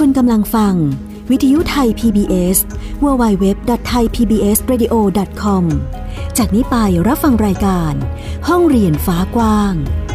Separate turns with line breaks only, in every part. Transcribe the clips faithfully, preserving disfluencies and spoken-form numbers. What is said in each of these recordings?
คุณกำลังฟังวิทยุไทย พี บี เอส ดับเบิลยู ดับเบิลยู ดับเบิลยู ดอท ไทย พี บี เอส เรดิโอ ดอท คอม จากนี้ไปรับฟังรายการห้องเรียนฟ้ากว้าง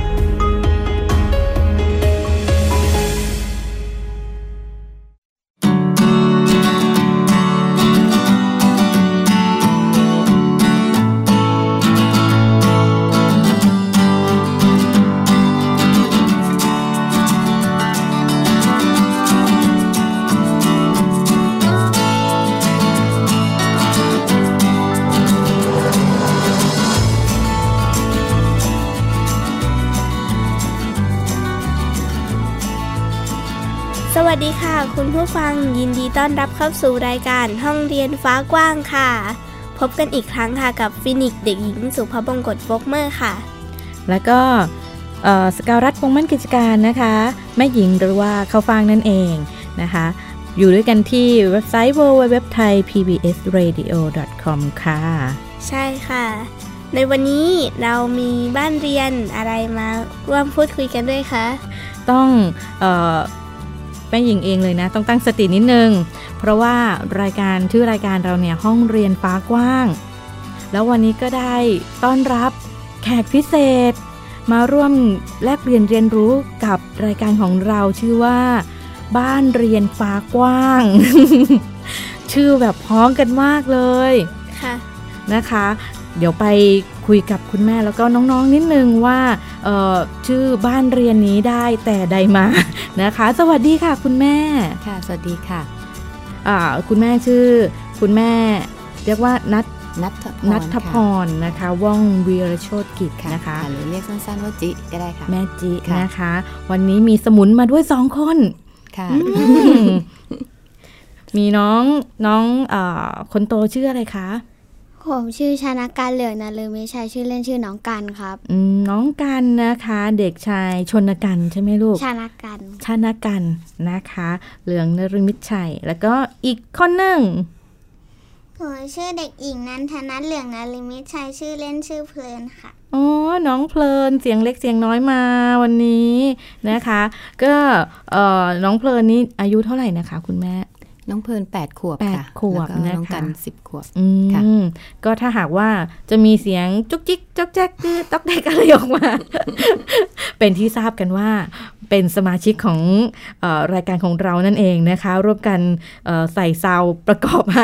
สวัสดีค่ะคุณผู้ฟังยินดีต้อนรับเข้าสู่รายการห้องเรียนฟ้ากว้างค่ะพบกันอีกครั้งค่ะกับฟินิกเด็กหญิงสุภบงกตโฟกเมอร์ค่ะ
แล้วก็สกาวรัตน์วงมั่นกิจการนะคะแม่หญิงหรือว่าข้าวฟ่างนั่นเองนะคะอยู่ด้วยกันที่เว็บไซต์ ดับเบิลยู ดับเบิลยู ดับเบิลยู ดอท ไทย พี บี เอส เรดิโอ ดอท คอม ค่ะ
ใช่ค่ะในวันนี้เรามีบ้านเรียนอะไรมาร่วมพูดคุยกันด้วยคะ
ต้องเอ่อแม่หญิงเองเลยนะต้องตั้งสตินิดนึงเพราะว่ารายการชื่อรายการเราเนี่ยห้องเรียนฟ้ากว้างแล้ววันนี้ก็ได้ต้อนรับแขกพิเศษมาร่วมแลกเปลี่ยนเรียนรู้กับรายการของเราชื่อว่าบ้านเรียนฟ้ากว้าง ชื่อแบบพ้องกันมากเลย
ค่ะ
นะคะเดี๋ยวไปคุยกับคุณแม่แล้วก็น้องๆนิดนึงว่าเอ่อชื่อบ้านเรียนนี้ได้แต่ใดมานะคะสวัสดีค่ะคุณแม่
ค่ะสวัสดีค่ะ
อ่าคุณแม่ชื่อคุณแม่เรียกว่านัท
นัทพร
นัทพรนะคะว่องวีรโชติกิจนะคะ
หรือเรียกสั้นๆว่าจิก็ได้ค่ะ
แม่จินะคะวันนี้มีสมุนมาด้วยสองคน
ค่ะ
มีน้องน้องเอ่อคนโตชื่ออะไรคะ
ผมชื่อชนะการเหลืองนะลืมไม่ใช่ชื่อเล่นชื่อน้องกันครับ
อืมน้องกันนะคะเด็กชายชนกันใช่ไหมลูก
ชนะกัน
ชนะกันนะคะเหลืองนฤมิตชัยแล้วก็อีกคนหนึ่ง
ผมชื่อเด็กหญิงนันทนัทเหลืองนฤมิตชัยชื่อเล่นชื่อเพลินค่ะ
อ๋อน้องเพลินเสียงเล็กเสียงน้อยมาวันนี้นะคะก็เอ่อน้องเพลินนี่อายุเท่าไหร่นะคะคุณแม่
น้องเพลินแปดขวบค่ะ
แปดขวบนะคะ
น้องกันสิบขวบ
ค่ะก็ถ้าหากว่าจะมีเสียงจุกจิกจ๊อกแจ๊กคือต๊อกแดกอะไรออกมา เป็นที่ทราบกันว่าเป็นสมาชิกของเอ่อรายการของเรานั่นเองนะคะร่วมกันเอ่อใส่ซาวประกอบให้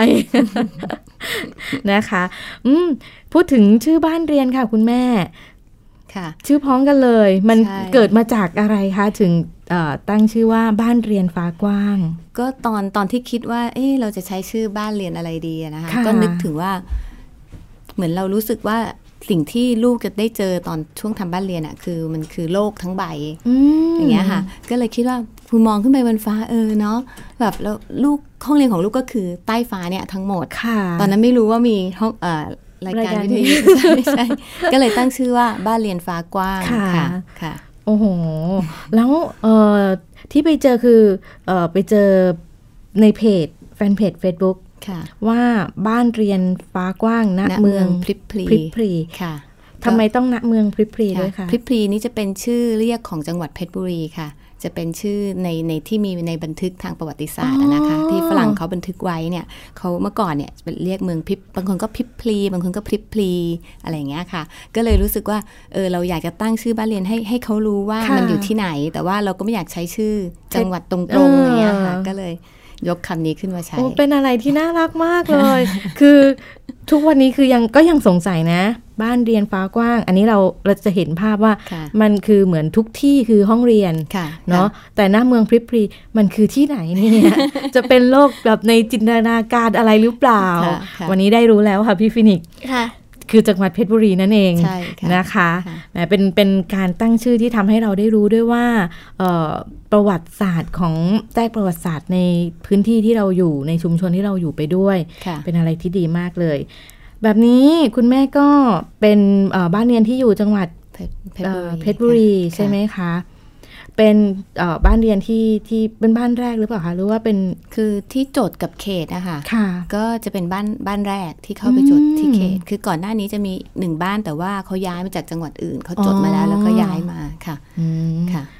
นะคะอืมพูดถึงชื่อบ้านเรียนค่ะคุณแม่
ค่ะ
ชื่อพ้องกันเลยมันเกิดมาจากอะไรคะถึงตั้งชื่อว่าบ้านเรียนฟ้ากว้าง
ก็ตอนตอนที่คิดว่าเอ๊ะเราจะใช้ชื่อบ้านเรียนอะไรดีนะคะก็นึกถึงว่าเหมือนเรารู้สึกว่าสิ่งที่ลูกจะได้เจอตอนช่วงทำบ้านเรียนอ่ะคือมันคือโลกทั้งใบ
อ,
อย่างเงี้ยค่ะก็เลยคิดว่าคุณมองขึ้นไปบนฟ้าเออเนาะแบบแล้วลูกห้องเรียนของลูกก็คือใต้ฟ้าเนี่ยทั้งหมดตอนนั้นไม่รู้ว่ามีห้องเอ่อรายการวิทยุไม่ใช่ก็เลยตั้งชื่อว่าบ้านเรียนฟ้ากว้างค่ะค่ะ
โอ้โหแล้วเอ่อที่ไปเจอคือเอ่อไปเจอในเพจแฟนเพจ Facebook ว่าบ้านเรียนฟ้ากว้างณเมือง
พริบพลี
พริบพลีค่ะทำไมต้องณเมืองพริบพลีด้วยคะ
พริบพลีนี้จะเป็นชื่อเรียกของจังหวัดเพชรบุรีค่ะจะเป็นชื่อในในที่มีในบันทึกทางประวัติศาสตร์นะคะที่ฝรั่งเขาบันทึกไว้เนี่ยเขาเมื่อก่อนเนี่ยเรียกเมืองพริบบางคนก็พริบพลีบางคนก็พริบพลีอะไรอย่างเงี้ยค่ะก็เลยรู้สึกว่าเออเราอยากจะตั้งชื่อบ้านเรียนให้ให้เขารู้ว่ามันอยู่ที่ไหนแต่ว่าเราก็ไม่อยากใช้ชื่อจังหวัดตรงๆอย่างเงี้ยค่ะก็เลยยกคำนี้ขึ้นมาใช้
โอ้เป็นอะไรที่น่ารักมากเลย คือทุกวันนี้คือยังก็ยังสงสัยนะบ้านเรียนฟ้ากว้างอันนี้เราเราจะเห็นภาพว่ามันคือเหมือนทุกที่คือห้องเรียนเนาะแต่หน้าเมืองพริบพลีมันคือที่ไหนเนี่ย จะเป็นโลกแบบในจินตนาการอะไรหรือเปล่าวันนี้ได้รู้แล้วค่ะพี่ฟินิกคือจังหวัดเพชรบุรีนั่นเองนะคะแหมเป็นเป็นการตั้งชื่อที่ทำให้เราได้รู้ด้วยว่าประวัติศาสตร์ของแทรกประวัติศาสตร์ในพื้นที่ที่เราอยู่ในชุมชนที่เราอยู่ไปด้วยเป็นอะไรที่ดีมากเลยแบบนี้คุณแม่ก็เป็นบ้านเรียนที่อยู่จังหวัดเพชรบุรีใช่ไหมคะเป็นบ้านเรียนที่ที่เป็นบ้านแรกหรือเปล่าคะหรือว่าเป็น
คือที่จดกับเขตนะคะ
ค่ะ
ก็จะเป็นบ้านบ้านแรกที่เข้าไปจดที่เขตคือก่อนหน้านี้จะมีหนึ่งบ้านแต่ว่าเขาย้ายมาจากจังหวัดอื่นเขาจดมาแล้วแล้วก็ย้ายมาค่ะ
ค่ะ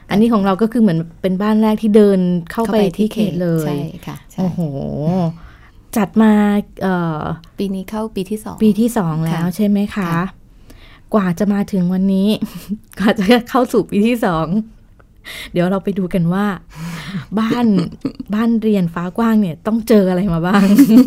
อันนี้ของเราก็คือเหมือนเป็นบ้านแรกที่เดินเข้าไปที่เขตเลย
ใช่ค่ะ
โอ้โหจัดมา
ปีนี้เข้าปีที่สอง
ปีที่สองแล้วใช่ไหมคะกว่าจะมาถึงวันนี้ กว่าจะเข้าสู่ปีที่สองเดี๋ยวเราไปดูกันว่าบ้านบ้านเรียนฟ้ากว้างเนี่ยต้องเจออะไรมาบ้าง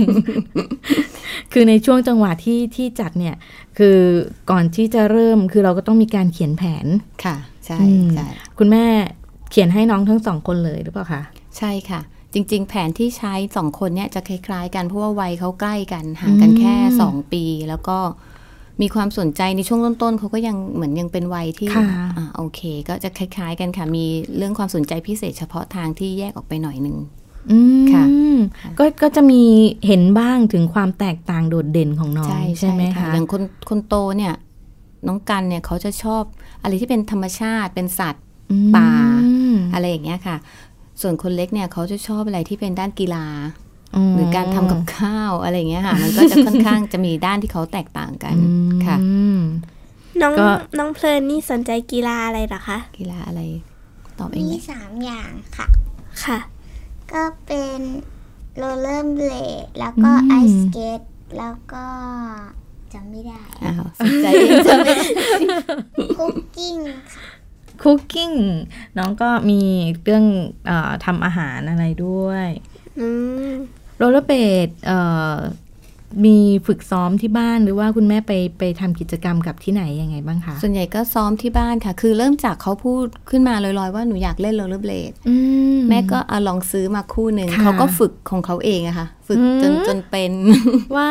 คือในช่วงจังหวะที่ที่จัดเนี่ยคือก่อนที่จะเริ่มคือเราก็ต้องมีการเขียนแผน
ค่ะใช่ใช่
คุณแม่เขียนให้น้องทั้งสองคนเลยหรือเปล่าคะ
ใช่ค่ะจริงๆแผนที่ใช้สองคนเนี่ยจะคล้ายๆกันเพราะว่าวัยเขาใกล้กันห่างกันแค่สองปีแล้วก็มีความสนใจในช่วงต้นๆเขาก็ยังเหมือนยังเป็นวัยที่อ่าโอเคก็จะคล้ายๆกันค่ะมีเรื่องความสนใจพิเศษเฉพาะทางที่แยกออกไปหน่อยนึง
ค่ะก็ก็จะมีเห็นบ้างถึงความแตกต่างโดดเด่นของน้องใช่ใช่ไหมคะ
อย่างคนคนโตเนี่ยน้องกันเนี่ยเขาจะชอบอะไรที่เป็นธรรมชาติเป็นสัตว์ป่าอะไรอย่างเงี้ยค่ะส่วนคนเล็กเนี่ยเขาจะชอบอะไรที่เป็นด้านกีฬาหรือการทำกับข้าวอะไรอย่างเงี้ยค่ะมันก็จะค่อนข้างจะมีด้านที่เขาแตกต่างกันค่ะ
น้องน้องเพลินนี่สนใจกีฬาอะไรหรอคะ
กีฬาอะไรตอบเอง
มีสามอย่างค่ะ
ค่ะ
ก็เป็นโรลเลอร์เบลดแล้วก็ไอสเกตแล้วก็จำไม่ได้
อ้าวสนใจเองจำไม่ได้
คุกกิ้งค่ะ
คุกกิ้งน้องก็มีเรื่องเอ่อทำอาหารอะไรด้วยโรลเลอร์เบลดเอ่อมีฝึกซ้อมที่บ้านหรือว่าคุณแม่ไปไปทำกิจกรรมกับที่ไหนยังไงบ้างคะ
ส่วนใหญ่ก็ซ้อมที่บ้านค่ะคือเริ่มจากเขาพูดขึ้นมาลอยๆว่าหนูอยากเล่นโรลเลอร์เบลดแม่ก็เอาลองซื้อมาคู่หนึ่งเขาก็ฝึกของเขาเองอะค่ะฝึกจนจนเป็น
ว้าว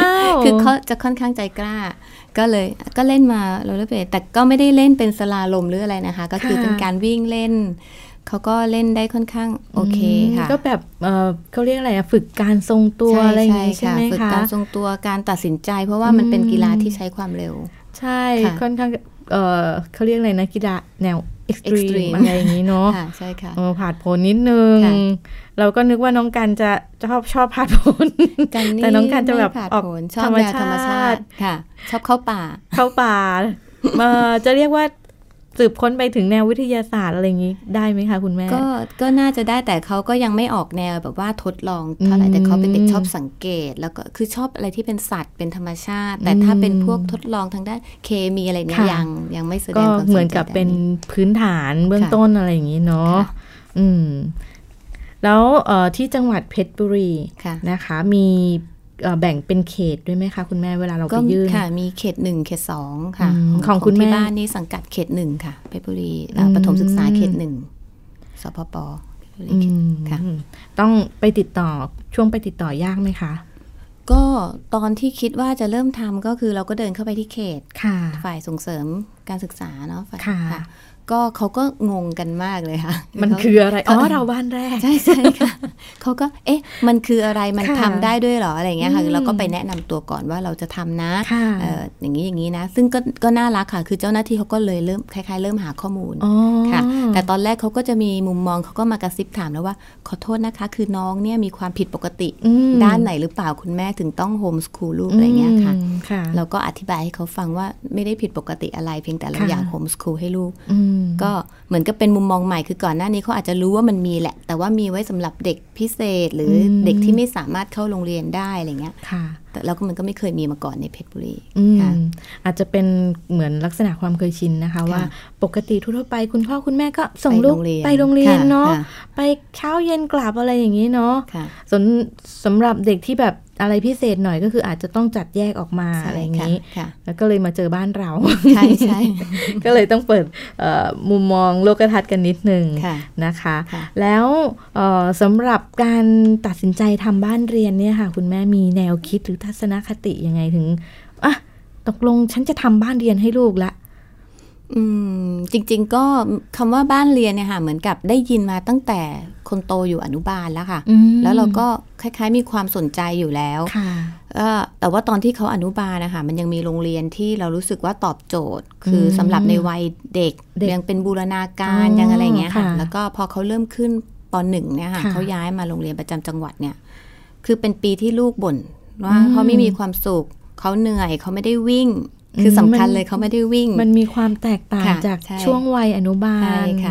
คือเขาจะค่อนข้างใจกล้าก็เลยก็เล่นมาโรลเลอร์เบลดแต่ก็ไม่ได้เล่นเป็นสลาลมหรืออะไรนะคะก็คือเป็นการวิ่งเล่นเขาก็เล่นได้ค่อนข้างโอเคค่ะ
ก็แบบเอ่อเขาเรียกอะไรอะฝึกการทรงตัวอะไรอย่างงี้ใช่ไหมคะ
ฝึกการทรงตัวการตัดสินใจเพราะว่ามันเป็นกีฬาที่ใช้ความเร็ว
ใช่ค่อนข้างเอ่อเขาเรียกอะไรนะกีฬาแนวเอ็กซ์ตรีมอะไรอย่างนี้เนาะ
ใช่ค่ะ
เออผาดโผนนิดนึงเราก็นึกว่าน้องกันจะชอบชอบผาดโผนแต่น้องกันจะแบบออกธรรมชาติ
ค่ะชอบเข้าป่า
เข้าป่าเอ่อจะเรียกว่าสืบค้นไปถึงแนววิทยาศาสตร์อะไรอย่างนี้ได้ไหมคะคุณแม่
ก็ก็น่าจะได้แต่เขาก็ยังไม่ออกแนวแบบว่าทดลองเท่าไหร่แต่เขาเป็นเด็กชอบสังเกตแล้วก็คือชอบอะไรที่เป็นสัตว์เป็นธรรมชาติแต่ถ้าเป็นพวกทดลองทางด้านเคมีอะไรเนี่ยยังยังไม่แสดงความสนใจ
ก็เหมือนกับเป็นพื้นฐานเบื้องต้นอะไรอย่างนี้เนาะอืมแล้วที่จังหวัดเพชรบุรีนะคะมีแบ่งเป็นเขตด้วยไหมคะคุณแม่เวลาเราไปยื่น
ค่ะมีเขตหนึ่งเขตสองค่ะของคุณแม่ที่บ้านนี่สังกัดเขตหนึ่งค่ะเพชรบุรีปฐมศึกษาเขตหนึ่งสพป.
ค่ะต้องไปติดต่อช่วงไปติดต่อยากไหมคะ
ก็ตอนที่คิดว่าจะเริ่มทำก็คือเราก็เดินเข้าไปที่เขตฝ่ายส่งเสริมการศึกษาเนาะค่ะก็เขาก็งงกันมากเลยค่ะ
มันคืออะไรอ๋อเราบ้านแรก
ใช่ใช่ค่ะเขาก็เอ๊ะมันคืออะไรมันทำได้ด้วยหรออะไรเงี้ยค่ะเราก็ไปแนะนำตัวก่อนว่าเราจะทำนะเอออย่างนี้อย่างนี้นะซึ่งก็ก็น่ารักค่ะคือเจ้าหน้าที่เขาก็เลยเริ่มคล้ายๆเริ่มหาข้อมูลค่ะแต่ตอนแรกเขาก็จะมีมุมมองเขาก็มากระซิบถามแล้วว่าขอโทษนะคะคือน้องเนี่ยมีความผิดปกติด้านไหนหรือเปล่าคุณแม่ถึงต้องโฮมสคูลลูกอะไรเงี้ยค่ะเราก็อธิบายให้เขาฟังว่าไม่ได้ผิดปกติอะไรเพียงแต่เราอยากโฮมสคูลให้ลูกก็เหมือนกับเป็นมุมมองใหม่คือก่อนหน้านี้เขาอาจจะรู้ว่ามันมีแหละแต่ว่ามีไว้สำหรับเด็กพิเศษหรือเด็กที่ไม่สามารถเข้าโรงเรียนได้อะไรเงี้ยแต่เราก็มันก็ไม่เคยมีมาก่อนในเพชรบุรี
อาจจะเป็นเหมือนลักษณะความเคยชินนะคะว่าปกติทั่วไปคุณพ่อคุณแม่ก็ส่งลูกไปโรงเรียนเนาะไปเช้าเย็นกลับอะไรอย่างนี้เนาะสำหรับเด็กที่แบบอะไรพิเศษหน่อยก็คืออาจจะต้องจัดแยกออกมาอะไรอย่างนี้แล้วก็เลยมาเจอบ้านเรา
ใช่ใช่
ก็เลยต้องเปิดมุมมองโลกทัศน์กันนิดนึงนะคะแล้วสำหรับการตัดสินใจทำบ้านเรียนเนี่ยค่ะคุณแม่มีแนวคิดหรือทัศนคติยังไงถึงอ่ะตกลงฉันจะทำบ้านเรียนให้ลูกละ
อืมจริงๆก็คำว่าบ้านเรียนเนี่ยค่ะเหมือนกับได้ยินมาตั้งแต่คนโตอยู่อนุบาลแล้วค่ะแล้วเราก็คล้ายๆมีความสนใจอยู่แล้วแต่ว่าตอนที่เขาอนุบาลนะคะมันยังมีโรงเรียนที่เรารู้สึกว่าตอบโจทย์คือสำหรับในวัยเด็กยังเป็นบูรณาการยังอะไรเงี้ยค่ะแล้วก็พอเขาเริ่มขึ้นป.หนึ่งเนี่ยค่ะเขาย้ายมาโรงเรียนประจำจังหวัดเนี่ยคือเป็นปีที่ลูกบ่นว่าเขาไม่มีความสุขเขาเหนื่อยเขาไม่ได้วิ่งคือสำคัญเลยเขาไม่ได้วิ่ง
มันมีความแตกต่างจากช่วงวัยอนุบาล
ใช่ค่ะ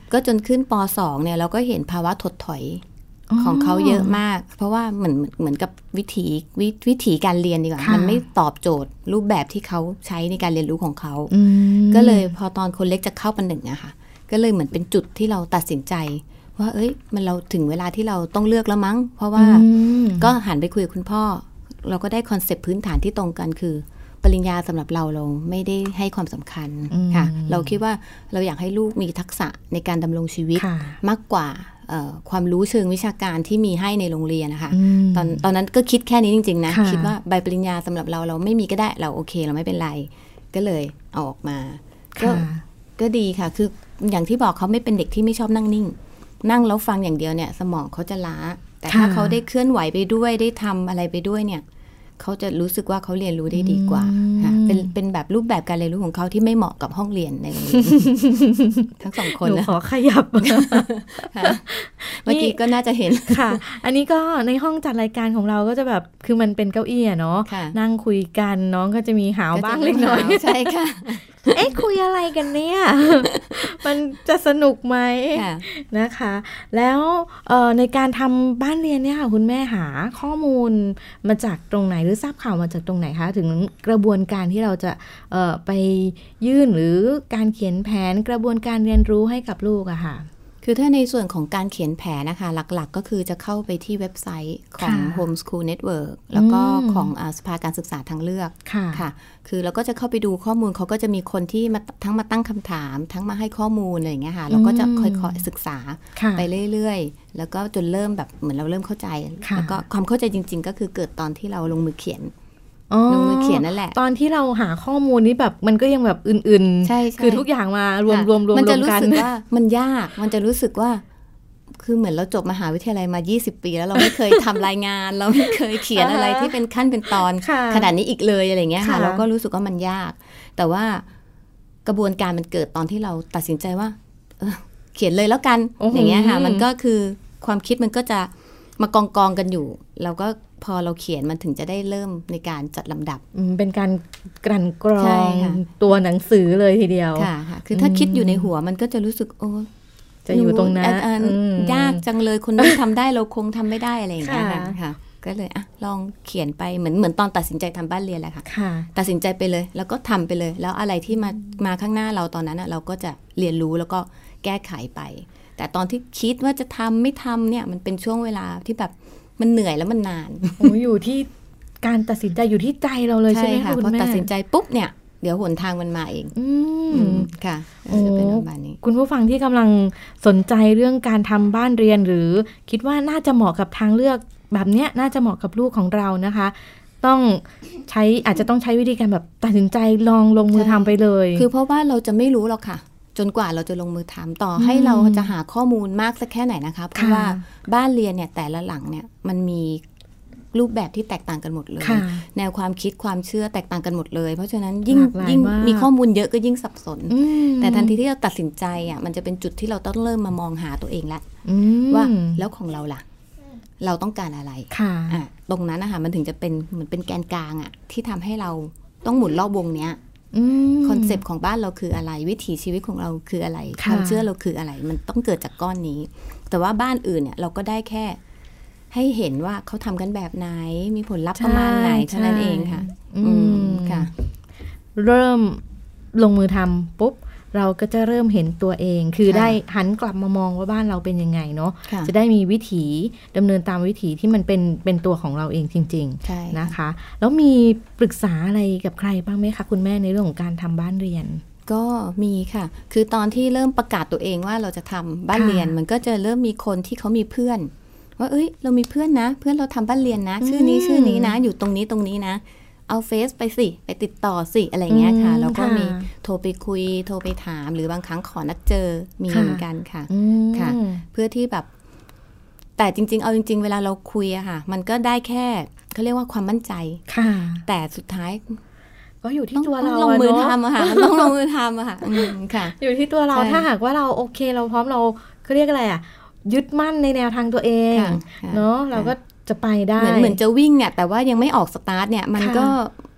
ก็จนขึ้นป.สอง เนี่ยเราก็เห็นภาวะถดถอยของเขาเยอะมากเพราะว่าเหมือนเหมือนกับวิถีววิถีการเรียนดีกว่ามันไม่ตอบโจทย์รูปแบบที่เขาใช้ในการเรียนรู้ของเขาก็เลยพอตอนคนเล็กจะเข้าป.หนึ่งอะค่ะก็เลยเหมือนเป็นจุดที่เราตัดสินใจว่าเอ้ยมันเราถึงเวลาที่เราต้องเลือกแล้วมั้งเพราะว่าก็หันไปคุยกับคุณพ่อเราก็ได้คอนเซปต์พื้นฐานที่ตรงกันคือปริญญาสำหรับเราเราไม่ได้ให้ความสำคัญค่ะเราคิดว่าเราอยากให้ลูกมีทักษะในการดำรงชีวิตมากกว่าความรู้เชิงวิชาการที่มีให้ในโรงเรียนนะคะตอนตอนนั้นก็คิดแค่นี้จริงๆนะคิดว่าใบปริญญาสำหรับเราเราไม่มีก็ได้เราโอเคเราไม่เป็นไรก็เลยเอาออกมาก็ก็ดีค่ะคืออย่างที่บอกเขาไม่เป็นเด็กที่ไม่ชอบนั่งนิ่งนั่งแล้วฟังอย่างเดียวเนี่ยสมองเขาจะล้าแต่ถ้าเขาได้เคลื่อนไหวไปด้วยได้ทำอะไรไปด้วยเนี่ยเขาจะรู้สึกว่าเขาเรียนรู้ได้ดีกว่าค่ะเป็นเป็นแบบรูปแบบการเรียนรู้ของเขาที่ไม่เหมาะกับห้องเรียนในโรงเรียนทั้งสองคนนะ
ขอขยับ
เมื่อกี้ก็น่าจะเห็น
ค่ะ อันนี้ก็ในห้องจัดรายการของเราก็จะแบบคือมันเป็นเก้าอี้เนาะนั่งคุยกันน้องก็จะมีหาวบ้างเล็กน้อย
ใช่ค่ะ
เอ๊ะคุยอะไรกันเนี่ยมันจะสนุกไหมนะคะ แล้วในการทำบ้านเรียนเนี่ยค่ะคุณแม่หาข้อมูลมาจากตรงไหนหรือทราบข่าวมาจากตรงไหนคะถึงกระบวนการที่เราจะไปยื่นหรือการเขียนแผนกระบวนการเรียนรู้ให้กับลูกอะค่ะ
คือถ้าในส่วนของการเขียนแผนนะคะหลักๆก็คือจะเข้าไปที่เว็บไซต์ของ Home School Network แล้วก็ของสภาการศึกษาทางเลือกค่ะคือเราก็จะเข้าไปดูข้อมูลเขาก็จะมีคนที่มาทั้งมาตั้งคำถามทั้งมาให้ข้อมูลอะไรอย่างเงี้ยค่ะเราก็จะค่อยๆศึกษาไปเรื่อยๆแล้วก็จนเริ่มแบบเหมือนเราเริ่มเข้าใจแล้วก็ความเข้าใจจริงๆก็คือเกิดตอนที่เราลงมือเขียนลงมือเขียนนั่นแหละ
ตอนที่เราหาข้อมูลนี้แบบมันก็ยังแบบอื่นๆใช่คือทุกอย่างมารวมรวมรวมกันมัน
จะรู้สึกว่ามันยากมันจะรู้สึกว่าคือเหมือนเราจบมหาวิทยาลัยมายี่สิบปีแล้วเราไม่เคยทำรายงานเราไม่เคยเขียนอะไรที่เป็นขั้นเป็นตอนขนาดนี้อีกเลยอะไรเงี้ยค่ะเราก็รู้สึกว่ามันยากแต่ว่ากระบวนการมันเกิดตอนที่เราตัดสินใจว่าเออเขียนเลยแล้วกันอย่างเงี้ยค่ะมันก็คือความคิดมันก็จะมากองกองกันอยู่เราก็พอเราเขียนมันถึงจะได้เริ่มในการจัดลำดับ
เป็นการกลั่นกรองตัวหนังสือเลยทีเดียว
ค่ะคือถ้าคิดอยู่ในหัวมันก็จะรู้สึกโอ้
จะอยู่ตรงนั้น
ยากจังเลยคนนี้ทำได้เราคงทำไม่ได้อะไรอย่างเงี้ยค่ะก็เลยอ่ะลองเขียนไปเหมือนเหมือนตอนตัดสินใจทำบ้านเรียนแหละค่ะตัดสินใจไปเลยแล้วก็ทำไปเลยแล้วอะไรที่มามาข้างหน้าเราตอนนั้นเราก็จะเรียนรู้แล้วก็แก้ไขไปแต่ตอนที่คิดว่าจะทำไม่ทำเนี่ยมันเป็นช่วงเวลาที่แบบมันเหนื่อยแล้วมันนาน
โอ้อยู่ที่การตัดสินใจอยู่ที่ใจเราเลยใช่ไหมคะคุณแม่
พอตัดสินใจปุ๊บเนี่ยเดี๋ยวหนทางมันมาเองอืมค่ะจะเป็นประมาณนี้
คุณผู้ฟังที่กำลังสนใจเรื่องการทำบ้านเรียนหรือคิดว่าน่าจะเหมาะกับทางเลือกแบบเนี้ยน่าจะเหมาะกับลูกของเรานะคะต้องใช้อาจจะต้องใช้วิธีการแบบตัดสินใจลองลงมือทำไปเลย
คือเพราะว่าเราจะไม่รู้หรอกค่ะจนกว่าเราจะลงมือทำต่อให้เราจะหาข้อมูลมากสักแค่ไหนนะคะเพราะว่าบ้านเรียนเนี่ยแต่ละหลังเนี่ยมันมีรูปแบบที่แตกต่างกันหมดเลยแนวความคิดความเชื่อแตกต่างกันหมดเลยเพราะฉะนั้นยิ่งยิ่งมีข้อมูลเยอะก็ยิ่งสับสนแต่ทันทีที่เราตัดสินใจอ่ะมันจะเป็นจุดที่เราต้องเริ่มมามองหาตัวเองแล้วว่าแล้วของเราล่ะเราต้องการอะไรอ่ะตรงนั้นนะคะมันถึงจะเป็นเหมือนเป็นแกนกลางอ่ะที่ทำให้เราต้องหมุนรอบวงเนี้ยคอนเซปต์ของบ้านเราคืออะไรวิถีชีวิตของเราคืออะไรความเชื่อเราคืออะไรมันต้องเกิดจากก้อนนี้แต่ว่าบ้านอื่นเนี่ยเราก็ได้แค่ให้เห็นว่าเขาทำกันแบบไหนมีผลลัพธ์ประมาณไหนเท่านั้นเองค่ะอืมค่ะ
เริ่มลงมือทำปุ๊บเราก็จะเริ่มเห็นตัวเองคือได้หันกลับมามองว่าบ้านเราเป็นยังไงเนาะจะได้มีวิถีดำเนินตามวิถีที่มันเป็นเป็นตัวของเราเองจริงๆนะคะแล้วมีปรึกษาอะไรกับใครบ้างไหมคะคุณแม่ในเรื่องของการทำบ้านเรียน
ก็มีค่ะคือตอนที่เริ่มประกาศตัวเองว่าเราจะทำบ้านเรียนมันก็จะเริ่มมีคนที่เขามีเพื่อนว่าเอ้ยเรามีเพื่อนนะเพื่อนเราทำบ้านเรียนนะชื่อนี้ชื่อนี้นะอยู่ตรงนี้ตรงนี้นะเอาเฟซไปสิไปติดต่อสิอะไรเงี้ยค่ะแล้วก็มีโทรไปคุยโทรไปถามหรือบางครั้งขอนัดเจอมีเหมือนกันค่ะค่ะเพื่อที่แบบแต่จริงๆเอาจริงๆเวลาเราคุยอะค่ะมันก็ได้แค่เขาเรียกว่าความมั่นใจค่ะแต่สุดท้าย
ก็อยู่ที่ตัวเรา
ลงมือทำอะค่ะต้องลงมือทำอะค่ะค่ะ
อยู่ที่ตัวเราถ้าหากว่าเราโอเคเราพร้อมเราเขาเรียกอะไรอะยึดมั่นในแนวทางตัวเองเนาะเราก็จะไปได้
เหมือนเหมือนจะวิ่งเนี่ยแต่ว่ายังไม่ออกสตาร์ทเนี่ยมันก็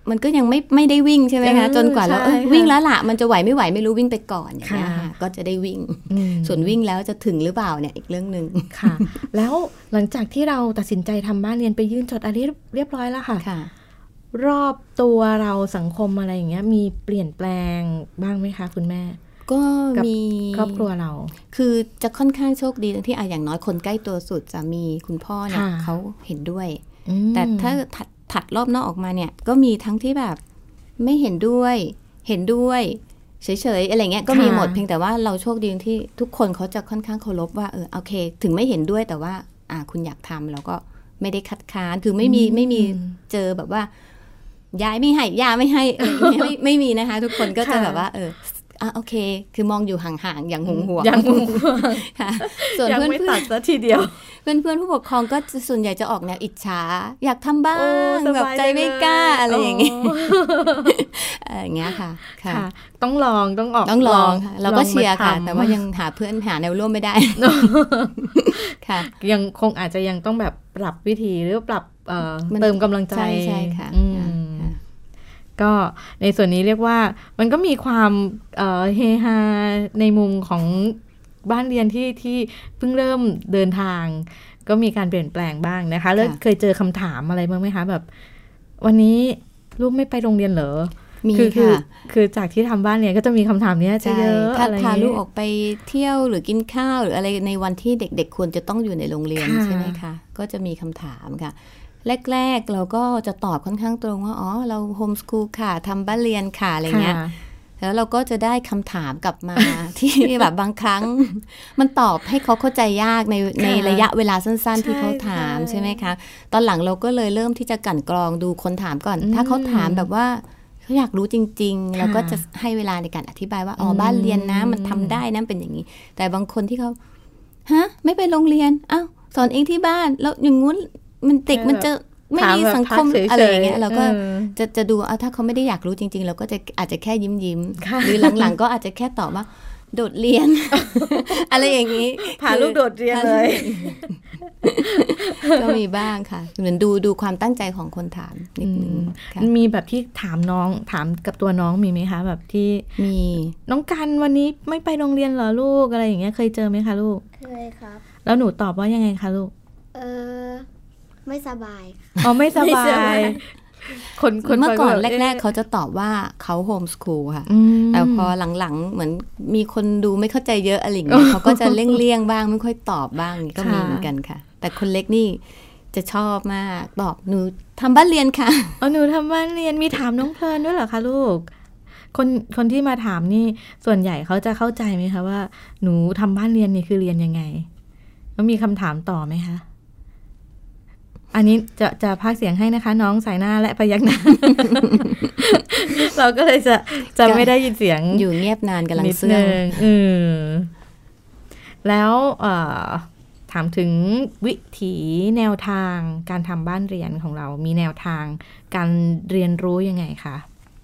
มันก็ยังไม่ไม่ได้วิ่งใช่ไหมคะจนกว่าเราวิ่งแล้วล่ะมันจะไหวไม่ไหวไม่รู้วิ่งไปก่อนอย่างเงี้ยค่ะก็จะได้วิ่งส่วนวิ่งแล้วจะถึงหรือเปล่าเนี่ยอีกเรื่องนึง
ค่ะแล้วหลังจากที่เราตัดสินใจทำบ้านเรียนไปยื่นจดอะไรเรียบร้อยแล้วค่ะรอบตัวเราสังคมอะไรอย่างเงี้ยมีเปลี่ยนแปลงบ้างไหมคะคุณแม่
ก็มี
ครอบครัวเรา
คือจะค่อนข้างโชคดีตรงที่อย่างน้อยคนใกล้ตัวสุดสามีคุณพ่อเนี่ยเขาเห็นด้วยแต่ถ้าถัดรอบนอกออกมาเนี่ยก็มีทั้งที่แบบไม่เห็นด้วยเห็นด้วยเฉยๆอะไรเงี้ยก็มีหมดเพียงแต่ว่าเราโชคดีที่ทุกคนเขาจะค่อนข้างเคารพว่าเออโอเคถึงไม่เห็นด้วยแต่ว่าอ่าคุณอยากทำเราก็ไม่ได้คัดค้านคือไม่มีไม่มีเจอแบบว่าย้ายไม่ให้ย่าไม่ให้อะไรเงี้ยไม่ไม่มีนะคะทุกคนก็จะแบบว่าเอออ่ะโอเคคือมองอยู่ห่างๆอย่างห่วงห่วง
อย่างห่วง
ค่ะส่วนเพื่อน
ไม่ตัดซะทีเดียว
เพื่อนๆผู้ปกครองก็ส่วนใหญ่จะออกแนวอิจฉาอยากทำบ้างแบบใจไม่กล้าอะไรอย่างเงี้ยอย่างเงี้ยค่ะ
ค่ะต้องลองต้องออก
ต้องลองเราก็เชียร์ค่ะแต่ว่ายังหาเพื่อนหาแนวร่วมไม่ได้ค่ะ
ยังคงอาจจะยังต้องแบบปรับวิธีหรือปรับเติมกำลังใจ
ใช่ค่ะ
ก็ในส่วนนี้เรียกว่ามันก็มีความเอ่อเฮฮาในมุมของบ้านเรียนที่ที่เพิ่งเริ่มเดินทางก็มีการเปลี่ยนแปลงบ้างนะคะแล้วเคยเจอคำถามอะไรบ้างไหมคะแบบวันนี้ลูกไม่ไปโรงเรียนเหรอ
มี
ค่ะคือจากที่ทำบ้านเรียนก็จะมีคำถามนี้จะเยอะ
ถ้าพาลูกออกไปเที่ยวหรือกินข้าวหรืออะไรในวันที่เด็กๆควรจะต้องอยู่ในโรงเรียนใช่ไหมคะก็จะมีคำถามค่ะแรกๆเราก็จะตอบค่อนข้างตรงว่าอ๋อเราโฮมสคูลค่ะทำบ้านเรียนค่ะอะไรเงี้ยแล้วเราก็จะได้คำถามกลับมา ที่แบบบางครั้งมันตอบให้เขาเข้าใจยากในในระยะเวลาสั้นๆที่เขาถามใช่ไหมคะตอนหลังเราก็เลยเริ่มที่จะกั่นกรองดูคนถามก่อนถ้าเขาถามแบบว่าเขาอยากรู้จริงๆเราก็จะให้เวลาในการอธิบายว่าอ๋อบ้านเรียนนะมันทำได้นะเป็นอย่างนี้แต่บางคนที่เขาฮะไม่ไปโรงเรียนอ้าวสอนเองที่บ้านแล้วอย่างงู้นมันติดมันจะไม่มีสังคมอะไรอย่างเงี้ยเราก็จะจะดูเอาถ้าเขาไม่ได้อยากรู้จริงๆเราก็จะอาจจะแค่ยิ้มยิ้มหรือหลังๆก็อาจจะแค่ตอบว่าโดดเรียน อะไรอย่างนี้
พาลูกโดดเรียนเลย
ก็มีบ้างค่ะเหมือนดูดูความตั้งใจของคนถามนิดนึง
มีแบบที่ถามน้องถามกับตัวน้องมีไหมคะแบบที่
มี
น้องกันวันนี้ไม่ไปโรงเรียนเหรอลูกอะไรอย่างเงี้ยเคยเจอไหมคะลูก
เคยครับ
แล้วหนูตอบว่ายังไงคะลูก
เออไม่สบาย
อ๋อไม่สบาย
คนคนเมื่อก่อนแรกๆเขาจะตอบว่าเขาโฮมสคูลค่ะแต่พอหลังๆเหมือนมีคนดูไม่เข้าใจเยอะอะไรอย่างเงี้ยเขาก็จะเลี่ยงๆบ้างไม่ค่อยตอบบ้างก็มีเหมือนกันค่ะแต่คนเล็กนี่จะชอบมากตอบหนูทำบ้านเรียนค่ะ
อ๋อหนูทำบ้านเรียนมีถามน้องเพลินด้วยเหรอคะลูกคนคนที่มาถามนี่ส่วนใหญ่เขาจะเข้าใจไหมคะว่าหนูทำบ้านเรียนนี่คือเรียนยังไงแล้วมีคำถามต่อไหมคะอันนี้จะจะพากย์เสียงให้นะคะน้องสายหน้าและพยักหน้า เราก็เลยจะจะไม่ได้ยินเสียง
อยู่เงียบนานกำลังเสื่อง
แล้วถามถึงวิถีแนวทางการทำบ้านเรียนของเรามีแนวทางการเรียนรู้ยังไงคะ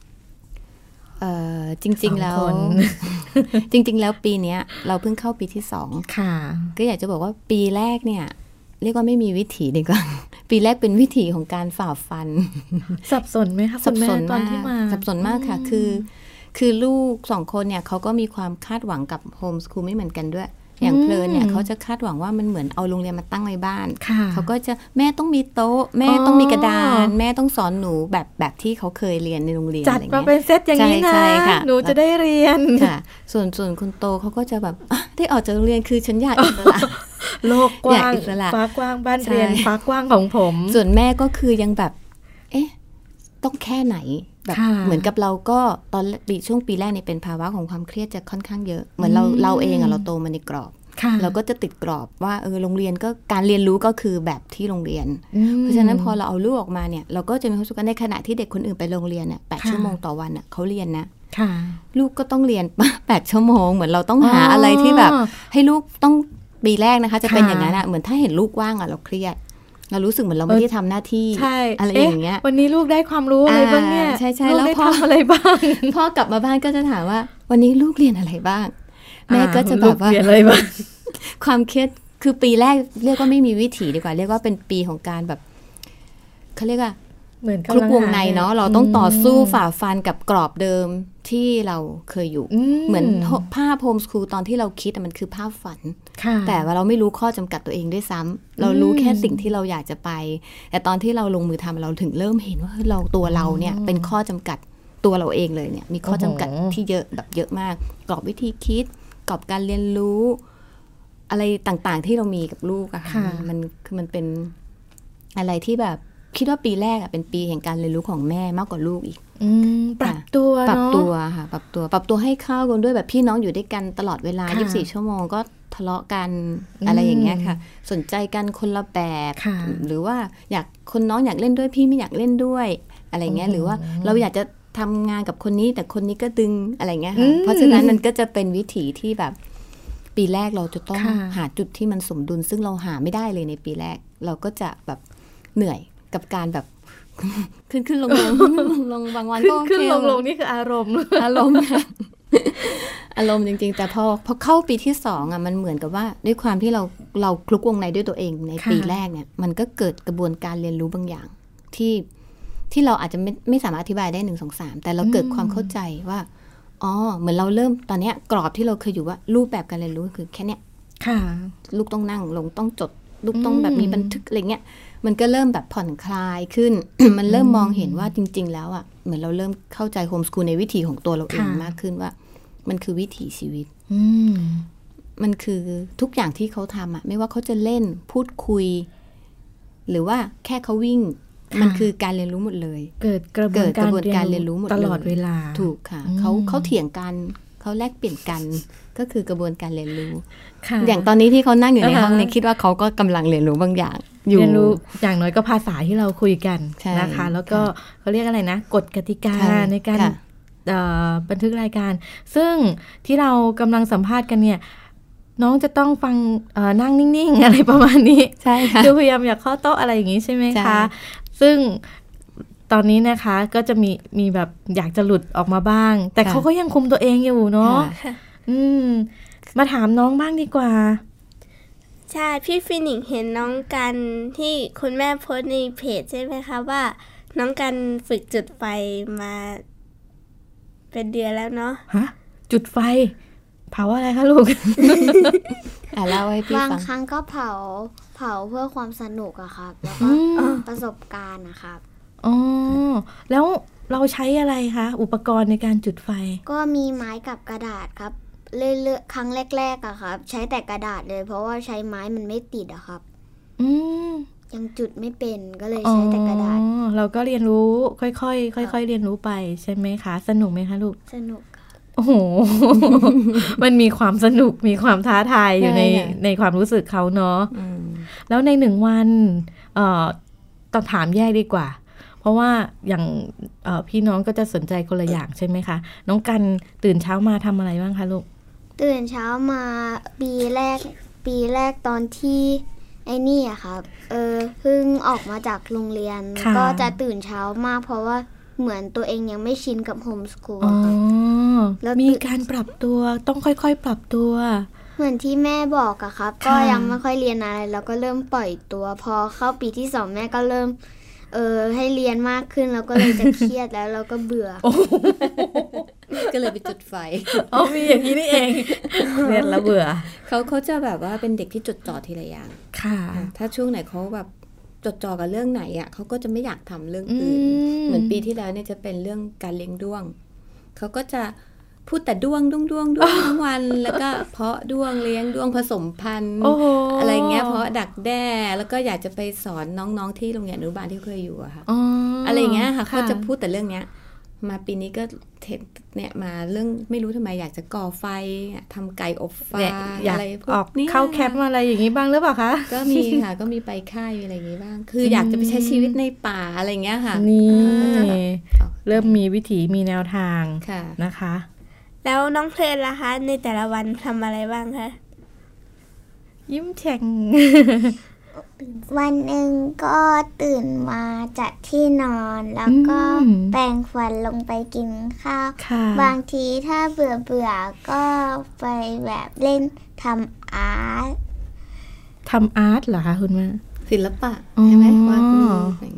จริงๆแล้ว จริงๆแล้วปีนี้เราเพิ่งเข้าปีที่สอง
ค่ะ
ก็อยากจะบอกว่าปีแรกเนี่ยเรียกว่าไม่มีวิถีดีกว่าปีแรกเป็นวิถีของการฝ่าฟัน
สับสนไหมคะ
สับสน
ตอนที่มา
สับสนมากค่ะคือคือลูกสองคนเนี่ยเขาก็มีความคาดหวังกับโฮมสคูลไม่เหมือนกันด้วยอย่างเพลินเนี่ยเขาจะคาดหวังว่ามันเหมือนเอาโรงเรียนมาตั้งไว้บ้านเขาก็จะแม่ต้องมีโต๊ะแม่ต้องมีกระดานแม่ต้องสอนหนูแบบแบบที่เขาเคยเรียนในโรงเรียน
จัดมาเป็นเซตอย่างนี้นะหนูจะได้เรียน
ค่ะส่วนส่วนคุณโตเขาก็จะแบบได้ออกจากโรงเรียนคือฉันอยากอิสระ
โลกกว้างฟ้ากว้างบ้านเรียนฟ้ากว้างของผม
ส่วนแม่ก็คือยังแบบเอ๊ะต้องแค่ไหนแบบเหมือนกับเราก็ตอนปีช่วงปีแรกเนี่ยเป็นภาวะของความเครียดจะค่อนข้างเยอะเหมือนเราเราเองอะเราโตมาในกรอบเราก็จะติดกรอบว่าเออโรงเรียนก็การเรียนรู้ก็คือแบบที่โรงเรียนเพราะฉะนั้นพอเราเอาลูกออกมาเนี่ยเราก็จะมีความรู้สึกว่าในขณะที่เด็กคนอื่นไปโรงเรียนเนี่ยแปดชั่วโมงต่อวันอะเขาเรียนนะลูกก็ต้องเรียนแปดชั่วโมงเหมือนเราต้องหาอะไรที่แบบให้ลูกต้องปีแรกนะคะจะเป็นอย่างนั้นอะเหมือนถ้าเห็นลูกว่างอะเราเครียดเรารู้สึกเหมือนเราไม่ได้ทำหน้าที่อะไรอย่างเงี้ย
วันนี้ลูกได้ความรู้อะไรบ้างเนี่ย
ใช่ใช่แล้วพ่อ
อะไรบ้าง
พ่อกลับมาบ้านก็จะถามว่าวันนี้ลูกเรียนอะไรบ้างแม่ก็จะแบบว่า
เรียนอะไรบ้าง
ความเครียดคือปีแรกเรียกว่าไม่มีวิถีดีกว่าเรียกว่าเป็นปีของการแบบเขาเรียกว่า
เหมือน
คลุกวงในเนาะเราต้องต่อสู้ฝ่าฟันกับกรอบเดิมที่เราเคยอยู่เหมือนภาพโฮมสคูลตอนที่เราคิดมันคือภาพฝันแต่ว่าเราไม่รู้ข้อจำกัดตัวเองด้วยซ้ำเรารู้แค่สิ่งที่เราอยากจะไปแต่ตอนที่เราลงมือทำเราถึงเริ่มเห็นว่าเราตัวเราเนี่ยเป็นข้อจำกัดตัวเราเองเลยเนี่ยมีข้อจำกัดที่เยอะแบบเยอะมากกรอบวิธีคิดกรอบการเรียนรู้อะไรต่างๆที่เรามีกับลูกอะค่ะมันคือมันเป็นอะไรที่แบบคิดว่าปีแรกอะเป็นปีแห่งการเรียนรู้ของแม่มากกว่าลูกอีก
ปรับตัว
ปรับตัวค่ะปรับตัวปรับตัวให้เข้ากันด้วยแบบพี่น้องอยู่ด้วยกันตลอดเวลายี่สิบสี่ชั่วโมงก็ทะเลาะกันอะไรอย่างเงี้ยค่ะสนใจกันคนละแบบหรือว่าอยากคนน้องอยากเล่นด้วยพี่ไม่อยากเล่นด้วยอะไรเงี้ยหรือว่าเราอยากจะทำงานกับคนนี้แต่คนนี้ก็ดึงอะไรเงี้ยค่ะเพราะฉะนั้นมันก็จะเป็นวิถีที่แบบปีแรกเราจะต้องหาจุดที่มันสมดุลซึ่งเราหาไม่ได้เลยในปีแรกเราก็จะแบบเหนื่อยกับการแบบขึ้นขึ้นลงลงลงบางวันก็
ขึ้นลงลงนี่คืออารมณ์
อารมณ์อารมณ์จริงๆแต่พอพอเข้าปีที่สองอ่ะมันเหมือนกับว่าด้วยความที่เราเราคลุกวงในด้วยตัวเองในปีแรกเนี่ยมันก็เกิดกระบวนการเรียนรู้บางอย่างที่ที่เราอาจจะไม่ไม่สามารถอธิบายได้หนึ่งสองสามแต่เราเกิดความเข้าใจว่าอ๋อเหมือนเราเริ่มตอนนี้กรอบที่เราเคยอยู่ว่ารูปแบบการเรียนรู้คือแค่เนี้ยลูกต้องนั่งลงต้องจดลูกต้องแบบมีบันทึกอะไรเงี้ยมันก็เริ่มแบบผ่อนคลายขึ้น มันเริ่มมองเห็นว่าจริงๆแล้วอ่ะเหมือนเราเริ่มเข้าใจโฮมสคูลในวิถีของตัวเราเองมากขึ้นว่ามันคือวิถีชีวิตมันคือทุกอย่างที่เขาทำอ่ะไม่ว่าเขาจะเล่นพูดคุยหรือว่าแค่เขาวิ่งมันคือการเรียนรู้หมดเลย
เกิดกระบวนการเรียนรู้หมดตลอดเวลา
ถูกค่ะเขาเขาเถียงกันเขาแลกเปลี่ยนกันก็คือกระบวนการเรียนรู้อย่างตอนนี้ที่เขานั่งอยู่ในห้องนี้คิดว่าเขาก็กำลังเรียนรู้บางอย่าง
เรียนรู้อย่างน้อยก็ภาษาที่เราคุยกันนะคะแล้วก็เขาเรียกอะไรนะกฎกติกาในการบันทึกรายการซึ่งที่เรากำลังสัมภาษณ์กันเนี่ยน้องจะต้องฟังนั่งนิ่งๆอะไรประมาณนี้
ใช่ค่ะ
คือพยายามอย่าเข้าโต๊ะอะไรอย่างนี้ใช่ไหมคะซึ่งตอนนี้นะคะก็จะมีมีแบบอยากจะหลุดออกมาบ้างแต่เขาก็ยังคุมตัวเองอยู่เนาะอืมมาถามน้องบ้างดีกว่า
ใช่พี่ฟินิกเห็นน้องกันที่คุณแม่โพสในเพจใช่ไหมคะว่าน้องกันฝึกจุดไฟมาเป็นเดือนแล้วเนาะ
ฮะจุดไฟเผาอะไรคะลูก
อ่ะเล่าให้พี่ฟัง
บางครั้งก็เผาเผาเพื่อความสนุกอะครับแล้วก็ประสบการณ์นะครับ
อ๋อแล้วเราใช้อะไรคะอุปกรณ์ในการจุดไฟ
ก็มีไม้กับกระดาษครับเรื่อยๆครั้งแรกๆอะครับใช้แต่กระดาษเลยเพราะว่าใช้ไม้มันไม่ติดอะครับ
อืม
ยังจุดไม่เป็นก็เลยใช้แต่กระดาษ
อ๋อเราก็เรียนรู้ค่อยๆค่อยๆเรียนรู้ไปใช่ไหมคะสนุกไหมคะลูก
สนุก
โอ้โห มันมีความสนุกมีความท้าทายอยู่ในในความรู้สึกเขาเนาะแล้วในหนึ่งวันเอ่อต้องถามแยกดีกว่าเพราะว่าอย่างพี่น้องก็จะสนใจคนละอย่างใช่ไหมคะน้องกันตื่นเช้ามาทำอะไรบ้างคะลูก
ตื่นเช้ามาปีแรกปีแรกตอนที่ไอ้นี่อะครับเออเพิ่งออกมาจากโรงเรียนก็จะตื่นเช้ามากเพราะว่าเหมือนตัวเองยังไม่ชินกับโฮมสคูลค่ะ
แล้วมีการปรับตัวต้องค่อยๆปรับตัว
เหมือนที่แม่บอกอะครับก็ยังไม่ค่อยเรียนอะไรแล้วก็เริ่มปล่อยตัวพอเข้าปีที่สองแม่ก็เริ่มเออให้เรียนมากขึ้นแล้วก็เลยจะเครียดแล้วเราก็เบื่อ
ก็เลยไปจุดไฟ
อ๋อมีอย่างนี้นี่เองเครียดแล้วเบื่อ
เขาเขาจะแบบว่าเป็นเด็กที่จดจ่อทีละอย่าง
ค่ะ
ถ้าช่วงไหนเขาแบบจดจ่อกับเรื่องไหนอ่ะเขาก็จะไม่อยากทำเรื่องอื่นเหมือนปีที่แล้วเนี่ยจะเป็นเรื่องการเลี้ยงด้วงเขาก็จะพูดแต่ด้วงด้วงด้วงด้วงทั้งวันแล้วก็เพาะด้วงเลี้ยงด้วงผสมพันธุ์ อะไรเงี้ยเพราะดักแด้แล้วก็อยากจะไปสอนน้องๆที่โรงเรียนอนุบาลที่เคยอยู่อะค่ะ
อ,
อะไรเงี้ยค่ะเขาจะพูดแต่เรื่องเนี้ยมาปีนี้ก็เนี่ยมาเรื่องไม่รู้ทำไมอยากจะก่อไฟทำไก่อบฟางอะไรพวกนี้
เข้าแคมป์อะไรอย่างนี้บ้างหรือเปล่าคะ
ก็มีค่ะก็มีไปค่ายอะไรอย่างนี้บ้างคืออยากจะไปใช้ชีวิตในป่าอะไรเงี้ยค่ะ
นี่เริ่มมีวิถีมีแนวทางนะคะ
แล้วน้องเพลนล่ะคะในแต่ละวันทำอะไรบ้างคะ
ยิ้มแฉ่ง
วันหนึ่งก็ตื่นมาจัดที่นอนแล้วก็แปรงฟันลงไปกินข้าวบางทีถ้าเบื่อเบื่อก็ไปแบบเล่นทำอาร์ต
ทำอาร์ตเหรอคะคุณแม่
ศิลปะใช่ไหมวาดรูปอย่างเงี้ย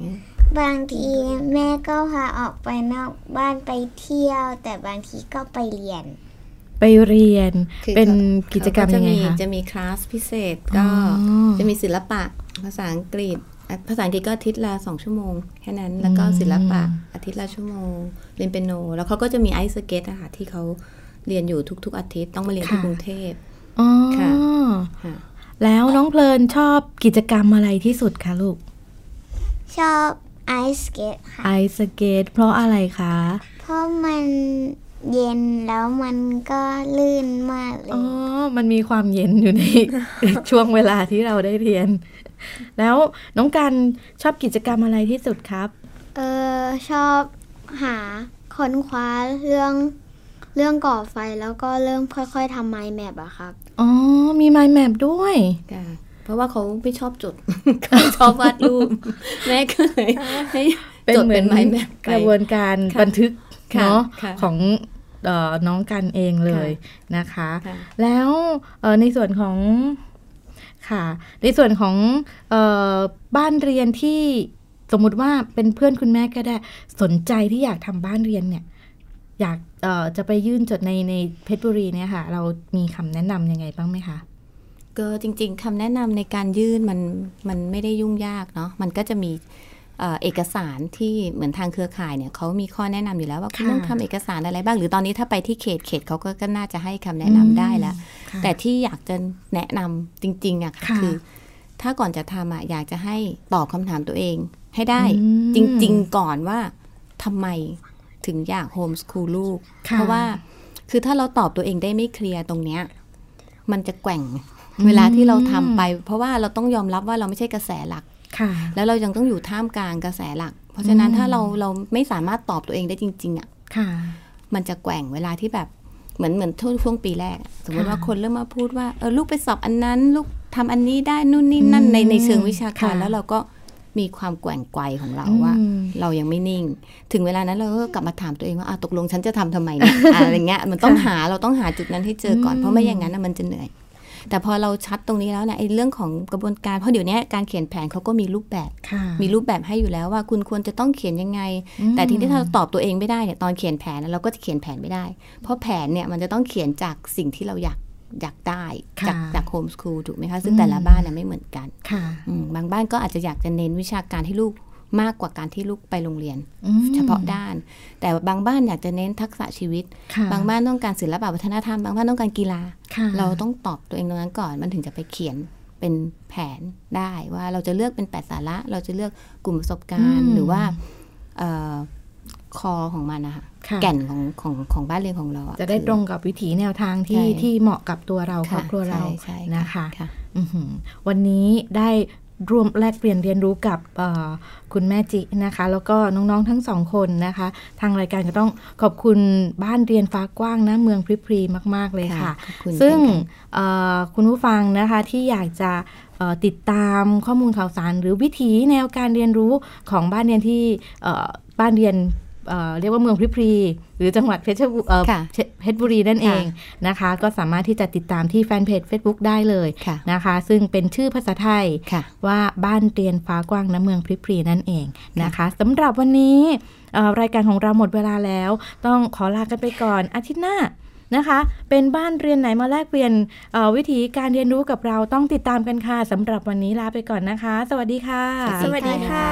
บางทีแม่ก็พาออกไปนอกบ้านไปเที่ยวแต่บางทีก็ไปเรียน
ไปเรียนเป็นกิจกรรมยังไงคะ
จะมีคลาสพิเศษก็จะมีศิลปะภาษาอังกฤษภาษาอังกฤษก็อาทิตย์ละสองชั่วโมงแค่นั้นแล้วก็ศิลปะอาทิตย์ละชั่วโมงเรียนเปียโนแล้วเขาก็จะมีไอซ์สเก็ตอะค่ะที่เขาเรียนอยู่ทุกๆอาทิตย์ต้องมาเรียนที่กรุงเทพ
อ๋อค่ะแล้วน้องเพลินชอบกิจกรรมอะไรที่สุดคะลูก
ชอบไอซ์สเก็ตค่ะ
ไอซ์สเก็ตเพราะอะไรคะ
เพราะมันเย็นแล้วมันก็ลื่นมากเลย
อ๋อมันมีความเย็นอยู่ใน ช่วงเวลาที่เราได้เรียนแล้วน้องกันชอบกิจกรรมอะไรที่สุดครับ
เออชอบหาค้นคว้าเรื่องเรื่องก่อไฟแล้วก็เริ่มค่อยๆทำไมล์แมปอะครับ
อ๋อมีไมล์แมปด้วย
เพราะว่าเขาไม่ชอบจดเขาชอบวาดรูปแม่ก็เลยให้
จดเป็นไมล์แมปกระบวนการบันทึกเนาะของน้องกันเองเลยนะคะแล้วในส่วนของค่ะในส่วนของบ้านเรียนที่สมมุติว่าเป็นเพื่อนคุณแม่ก็ได้สนใจที่อยากทำบ้านเรียนเนี่ยอยากจะไปยื่นจดในในเพชรบุรีเนี่ยค่ะเรามีคำแนะนำยังไงบ้างไหมคะ
ก็จริงๆคำแนะนำในการยื่นมันมันไม่ได้ยุ่งยากเนาะมันก็จะมีเอกสารที่เหมือนทางเครือข่ายเนี่ยเขามีข้อแนะนำอยู่แล้วว่าคุณต้องทำเอกสารอะไรบ้างหรือตอนนี้ถ้าไปที่เขตเขตเขาก็น่าจะให้คำแนะนำได้แล้วแต่ที่อยากจะแนะนำจริงๆอะค่ะคือถ้าก่อนจะทำอะอยากจะให้ตอบคำถามตัวเองให้ได้จริงๆก่อนว่าทำไมถึงอยากโฮมสคูลลูกเพราะว่าคือถ้าเราตอบตัวเองได้ไม่เคลียร์ตรงเนี้ยมันจะแกว่งเวลาที่เราทำไปเพราะว่าเราต้องยอมรับว่าเราไม่ใช่กระแสหลักแล้วเรายังต้องอยู่ท่ามกลางกระแสหลักเพราะฉะนั้นถ้าเราเราไม่สามารถตอบตัวเองได้จริงๆอ่ะมันจะแกว่งเวลาที่แบบเหมือนเหมือนช่วงปีแรกสมมติว่าคนเริ่มมาพูดว่าเออลูกไปสอบอันนั้นลูกทำอันนี้ได้นู่นนี่นั่นในในเชิงวิชาการแล้วเราก็มีความแกว่งไกวของเราว่าเรายังไม่นิ่งถึงเวลานั้นเราก็กลับมาถามตัวเองว่าตกลงฉันจะทำทำไมเนี่ยอะไรเงี้ยมันต้องหาเราต้องหาจุดนั้นให้เจอก่อนเพราะไม่อย่างนั้นมันจะเหนื่อยแต่พอเราชัดตรงนี้แล้วเนี่ยไอ้เรื่องของกระบวนการเพราะเดี๋ยวนี้การเขียนแผนเขาก็มีรูปแบบมีรูปแบบให้อยู่แล้วว่าคุณควรจะต้องเขียนยังไงแต่ทีนี้ถ้าเราตอบตัวเองไม่ได้เนี่ยตอนเขียนแผนเราก็จะเขียนแผนไม่ได้เพราะแผนเนี่ยมันจะต้องเขียนจากสิ่งที่เราอยากอยากได้จากจากโฮมสคูลถูกไหมคะซึ่งแต่ละบ้านเนี่ยไม่เหมือนกันบางบ้านก็อาจจะอยากจะเน้นวิชาการให้ลูกมากกว่าการที่ลูกไปโรงเรียนเฉพาะด้านแต่บางบ้านอยากจะเน้นทักษะชีวิตบางบ้านต้องการศิลปะวัฒนธรรมบางบ้านต้องการกีฬาเราต้องตอบตัวเองตรงนั้นก่อนมันถึงจะไปเขียนเป็นแผนได้ว่าเราจะเลือกเป็นแปดสาระเราจะเลือกกลุ่มประสบการณ์หรือว่าคอของมันนะคะแก่นของของของบ้านเรียนของเรา
จะได้ตรงกับวิถีแนวทางที่ที่เหมาะกับตัวเราครอบครัวเรานะคะวันนี้ได้ร่วมแลกเปลี่ยนเรียนรู้กับคุณแม่จินะคะแล้วก็น้องๆทั้งสองคนนะคะทางรายการก็ต้องขอบคุณบ้านเรียนฟ้ากว้างนะเมืองพริพรีมากๆเลยค่ะซึ่งคุณผู้ฟังนะคะที่อยากจะติดตามข้อมูลข่าวสารหรือวิถีแนวการเรียนรู้ของบ้านเรียนที่บ้านเรียนเ, เรียกว่าเมืองพริพรีหรือจังหวัดเพชรบุรีเพชรบุรีนั่นเองนะคะก็สามารถที่จะติดตามที่แฟนเพจ Facebook ได้เลยนะคะซึ่งเป็นชื่อภาษาไทยว่าบ้านเรียนฟ้ากว้างณเมืองพริพรีนั่นเองนะคะสำหรับวันนี้รายการของเราหมดเวลาแล้วต้องขอลากันไปก่อนอาทิตย์หน้านะคะเป็นบ้านเรียนไหนมาแลกเปลี่ยนวิธีการเรียนรู้กับเราต้องติดตามกันค่ะสำหรับวันนี้ลาไปก่อนนะคะสวัสดีค่ะ
สวัสดีค่ะ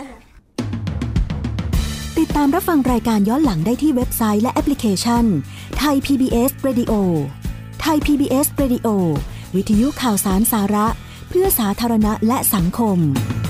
ติดตามรับฟังรายการย้อนหลังได้ที่เว็บไซต์และแอปพลิเคชัน Thai พี บี เอส Radio Thai พี บี เอส Radio วิทยุข่าวสารสาระเพื่อสาธารณะและสังคม